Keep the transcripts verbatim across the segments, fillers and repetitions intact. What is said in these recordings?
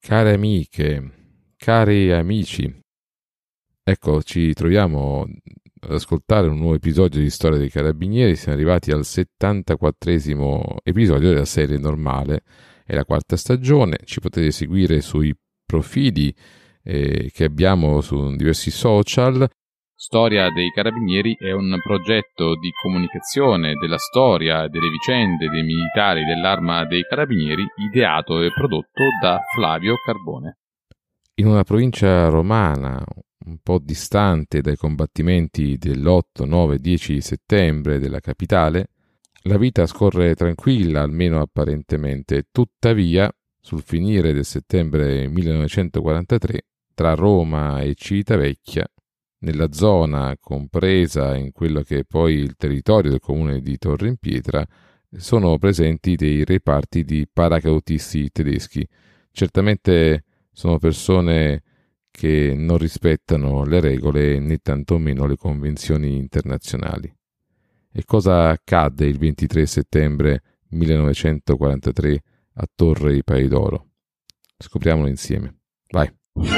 Care amiche, cari amici, ecco, ci troviamo ad ascoltare un nuovo episodio di Storia dei Carabinieri. Siamo arrivati al settantaquattresimo episodio della serie normale, è la quarta stagione. Ci potete seguire sui profili eh, che abbiamo su diversi social. Storia dei Carabinieri è un progetto di comunicazione della storia e delle vicende dei militari dell'Arma dei Carabinieri, ideato e prodotto da Flavio Carbone. In una provincia romana un po' distante dai combattimenti dell'otto, nove, dieci settembre della capitale, la vita scorre tranquilla, almeno apparentemente. Tuttavia, sul finire del settembre millenovecentoquarantatré, tra Roma e Civitavecchia, nella zona compresa in quello che è poi il territorio del comune di Torre in Pietra, sono presenti dei reparti di paracautisti tedeschi. Certamente sono persone che non rispettano le regole né tantomeno le convenzioni internazionali. E cosa accadde il ventitré settembre millenovecentoquarantatré a Torre i Pari d'Oro? Scopriamolo insieme. Vai!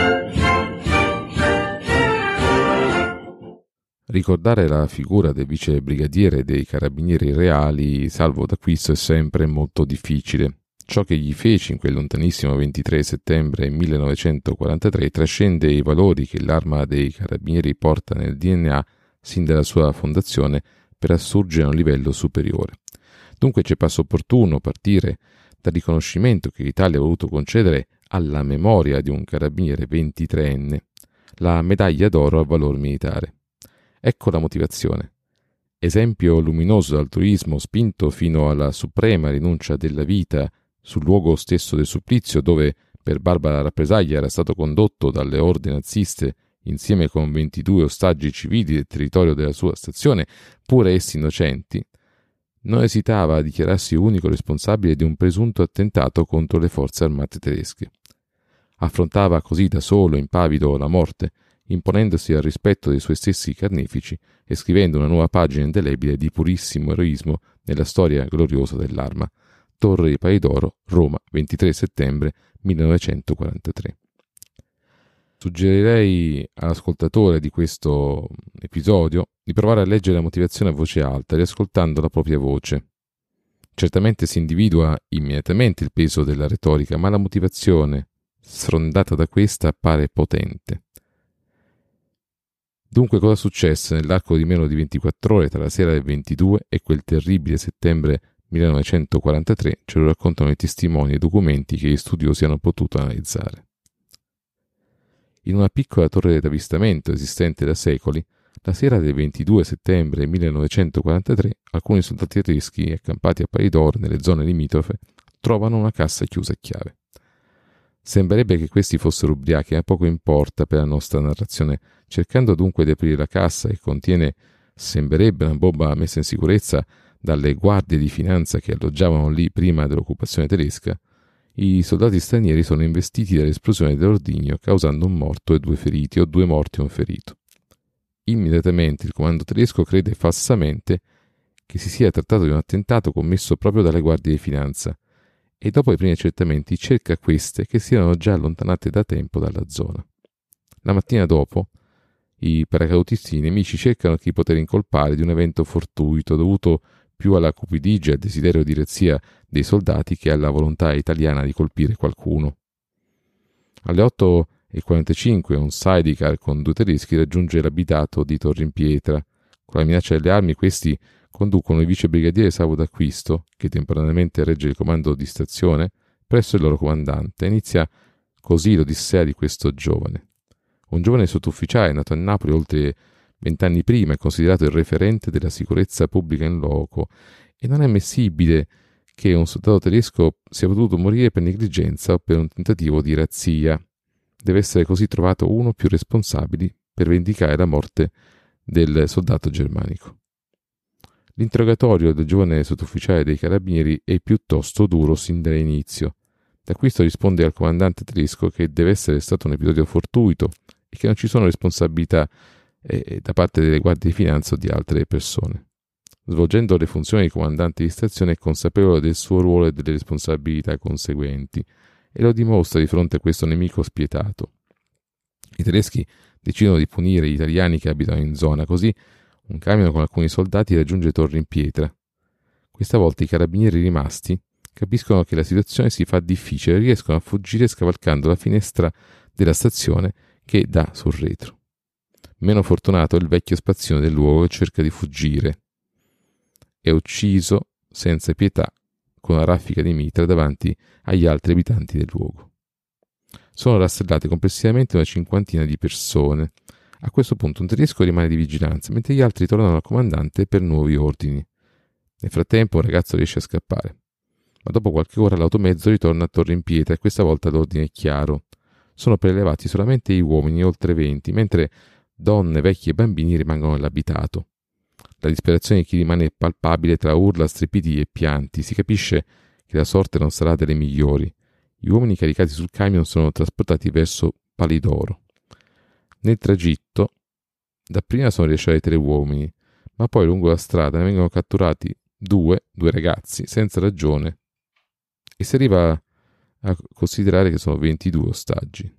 Ricordare la figura del vice brigadiere dei Carabinieri Reali, Salvo D'Acquisto, è sempre molto difficile. Ciò che gli fece in quel lontanissimo ventitré settembre millenovecentoquarantatré trascende i valori che l'Arma dei Carabinieri porta nel D N A sin dalla sua fondazione per assurgere a un livello superiore. Dunque ci è parso opportuno partire dal riconoscimento che l'Italia ha voluto concedere alla memoria di un carabiniere ventitreenne, la medaglia d'oro al valor militare. Ecco la motivazione. Esempio luminoso d'altruismo spinto fino alla suprema rinuncia della vita sul luogo stesso del supplizio, dove per barbara rappresaglia era stato condotto dalle orde naziste insieme con ventidue ostaggi civili del territorio della sua stazione, pure essi innocenti, non esitava a dichiararsi unico responsabile di un presunto attentato contro le forze armate tedesche. Affrontava così da solo, impavido, la morte, imponendosi al rispetto dei suoi stessi carnefici e scrivendo una nuova pagina indelebile di purissimo eroismo nella storia gloriosa dell'Arma. Torre i Pari d'Oro, Roma, ventitré settembre millenovecentoquarantatré. Suggerirei all'ascoltatore di questo episodio di provare a leggere la motivazione a voce alta, riascoltando la propria voce. Certamente si individua immediatamente il peso della retorica, ma la motivazione, sfrondata da questa, appare potente. Dunque, cosa successe nell'arco di meno di ventiquattro ore tra la sera del ventidue e quel terribile settembre millenovecentoquarantatré? Ce lo raccontano i testimoni e i documenti che gli studiosi hanno potuto analizzare. In una piccola torre d'avvistamento esistente da secoli, la sera del ventidue settembre millenovecentoquarantatré, alcuni soldati tedeschi accampati a Pari d'Oro nelle zone limitrofe trovano una cassa chiusa a chiave. Sembrerebbe che questi fossero ubriachi, ma poco importa per la nostra narrazione. Cercando dunque di aprire la cassa, che contiene, sembrerebbe, una bomba messa in sicurezza dalle guardie di finanza che alloggiavano lì prima dell'occupazione tedesca, i soldati stranieri sono investiti dall'esplosione dell'ordigno, causando un morto e due feriti, o due morti e un ferito. Immediatamente il comando tedesco crede falsamente che si sia trattato di un attentato commesso proprio dalle guardie di finanza, e dopo i primi accertamenti cerca queste che si erano già allontanate da tempo dalla zona. La mattina dopo, i paracautisti nemici cercano di poter incolpare di un evento fortuito dovuto più alla cupidigia e al desiderio di razzia dei soldati che alla volontà italiana di colpire qualcuno. Alle otto e quarantacinque un sidecar con due tedeschi raggiunge l'abitato di Torre in Pietra. Con la minaccia delle armi, questi conducono il vice brigadiere Salvo D'Acquisto, che temporaneamente regge il comando di stazione, presso il loro comandante. Inizia così l'odissea di questo giovane. Un giovane sottufficiale nato a Napoli oltre vent'anni prima, è considerato il referente della sicurezza pubblica in loco, e non è ammissibile che un soldato tedesco sia potuto morire per negligenza o per un tentativo di razzia. Deve essere così trovato uno più responsabili per vendicare la morte del soldato germanico. L'interrogatorio del giovane sottufficiale dei carabinieri è piuttosto duro sin dall'inizio. D'Acquisto risponde al comandante tedesco che deve essere stato un episodio fortuito e che non ci sono responsabilità eh, da parte delle guardie di finanza o di altre persone. Svolgendo le funzioni di comandante di stazione è consapevole del suo ruolo e delle responsabilità conseguenti, e lo dimostra di fronte a questo nemico spietato. I tedeschi decidono di punire gli italiani che abitano in zona, così un camion con alcuni soldati raggiunge Torre in Pietra. Questa volta i carabinieri rimasti capiscono che la situazione si fa difficile e riescono a fuggire scavalcando la finestra della stazione che dà sul retro. Meno fortunato è il vecchio spazzino del luogo che cerca di fuggire. È ucciso senza pietà con una raffica di mitra davanti agli altri abitanti del luogo. Sono rastrellate complessivamente una cinquantina di persone. A questo punto un tedesco rimane di vigilanza, mentre gli altri tornano al comandante per nuovi ordini. Nel frattempo un ragazzo riesce a scappare, ma dopo qualche ora l'automezzo ritorna a Torre in Pietra e questa volta l'ordine è chiaro. Sono prelevati solamente gli uomini, oltre venti, mentre donne, vecchi e bambini rimangono nell'abitato. La disperazione di chi rimane è palpabile tra urla, strepiti e pianti. Si capisce che la sorte non sarà delle migliori. Gli uomini caricati sul camion sono trasportati verso Palidoro. Nel tragitto, dapprima sono rilasciati tre uomini, ma poi lungo la strada ne vengono catturati due, due ragazzi, senza ragione, e si arriva a considerare che sono ventidue ostaggi.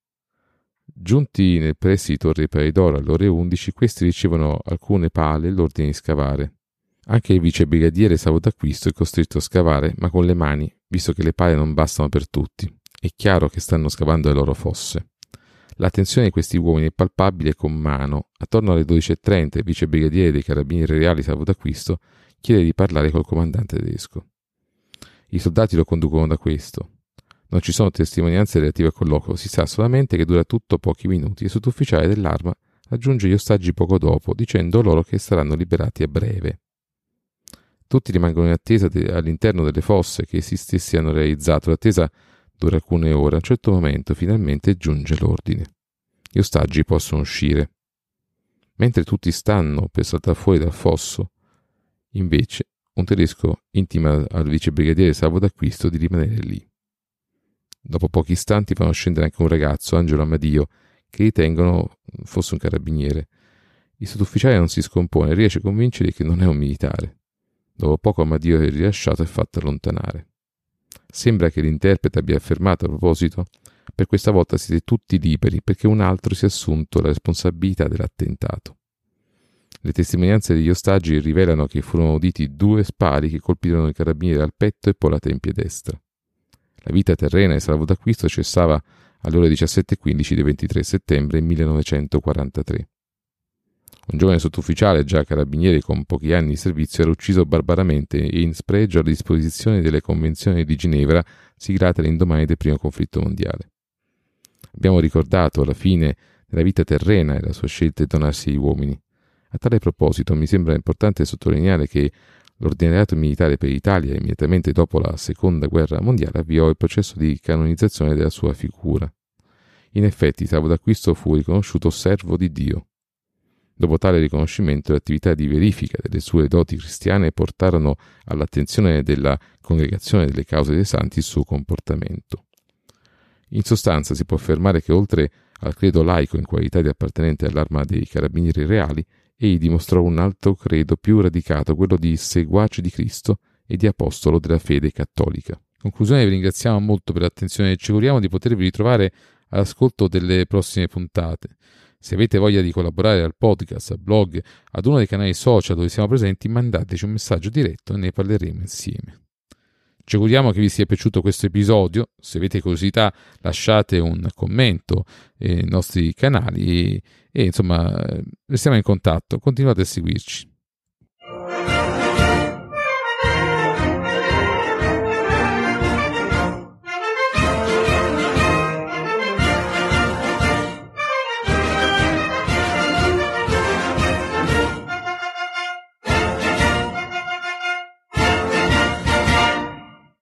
Giunti nel pressi di Torre di Palidoro alle ore undici, questi ricevono alcune pale e l'ordine di scavare. Anche il vicebrigadiere Salvo d'Acquisto è costretto a scavare, ma con le mani, visto che le pale non bastano per tutti. È chiaro che stanno scavando le loro fosse. L'attenzione di questi uomini è palpabile con mano. Attorno alle dodici e trenta il vicebrigadiere dei Carabinieri Reali Salvo d'Acquisto chiede di parlare col comandante tedesco. I soldati lo conducono da questo. Non ci sono testimonianze relative al colloquio, si sa solamente che dura tutto pochi minuti e il sottufficiale dell'arma raggiunge gli ostaggi poco dopo, dicendo loro che saranno liberati a breve. Tutti rimangono in attesa de- all'interno delle fosse che essi stessi hanno realizzato. L'attesa dura alcune ore. A un certo momento finalmente giunge l'ordine. Gli ostaggi possono uscire. Mentre tutti stanno per saltare fuori dal fosso, invece un tedesco intima al vicebrigadiere Salvo d'Acquisto di rimanere lì. Dopo pochi istanti fanno scendere anche un ragazzo, Angelo Amadio, che ritengono fosse un carabiniere. Il sottufficiale non si scompone e riesce a convincere che non è un militare. Dopo poco Amadio è rilasciato e fatto allontanare. Sembra che l'interprete abbia affermato a proposito: per questa volta siete tutti liberi, perché un altro si è assunto la responsabilità dell'attentato. Le testimonianze degli ostaggi rivelano che furono uditi due spari che colpirono il carabiniere al petto e poi alla tempia destra. La vita terrena di Salvo d'Acquisto cessava alle ore diciassette e quindici del ventitré settembre millenovecentoquarantatré. Un giovane sottufficiale, già carabiniere con pochi anni di servizio, era ucciso barbaramente e in spregio alle disposizioni delle convenzioni di Ginevra siglate all'indomani del primo conflitto mondiale. Abbiamo ricordato la fine della vita terrena e la sua scelta di donarsi agli uomini. A tale proposito mi sembra importante sottolineare che l'ordinariato militare per l'Italia, immediatamente dopo la seconda guerra mondiale, avviò il processo di canonizzazione della sua figura. In effetti Salvo d'Acquisto fu riconosciuto servo di Dio. Dopo tale riconoscimento, le attività di verifica delle sue doti cristiane portarono all'attenzione della Congregazione delle Cause dei Santi il suo comportamento. In sostanza si può affermare che oltre al credo laico in qualità di appartenente all'arma dei Carabinieri Reali, egli dimostrò un altro credo più radicato, quello di seguace di Cristo e di apostolo della fede cattolica. In conclusione vi ringraziamo molto per l'attenzione e ci auguriamo di potervi ritrovare all'ascolto delle prossime puntate. Se avete voglia di collaborare al podcast, al blog, ad uno dei canali social dove siamo presenti, mandateci un messaggio diretto e ne parleremo insieme. Ci auguriamo che vi sia piaciuto questo episodio. Se avete curiosità lasciate un commento nei nostri canali e, e insomma restiamo in contatto, continuate a seguirci.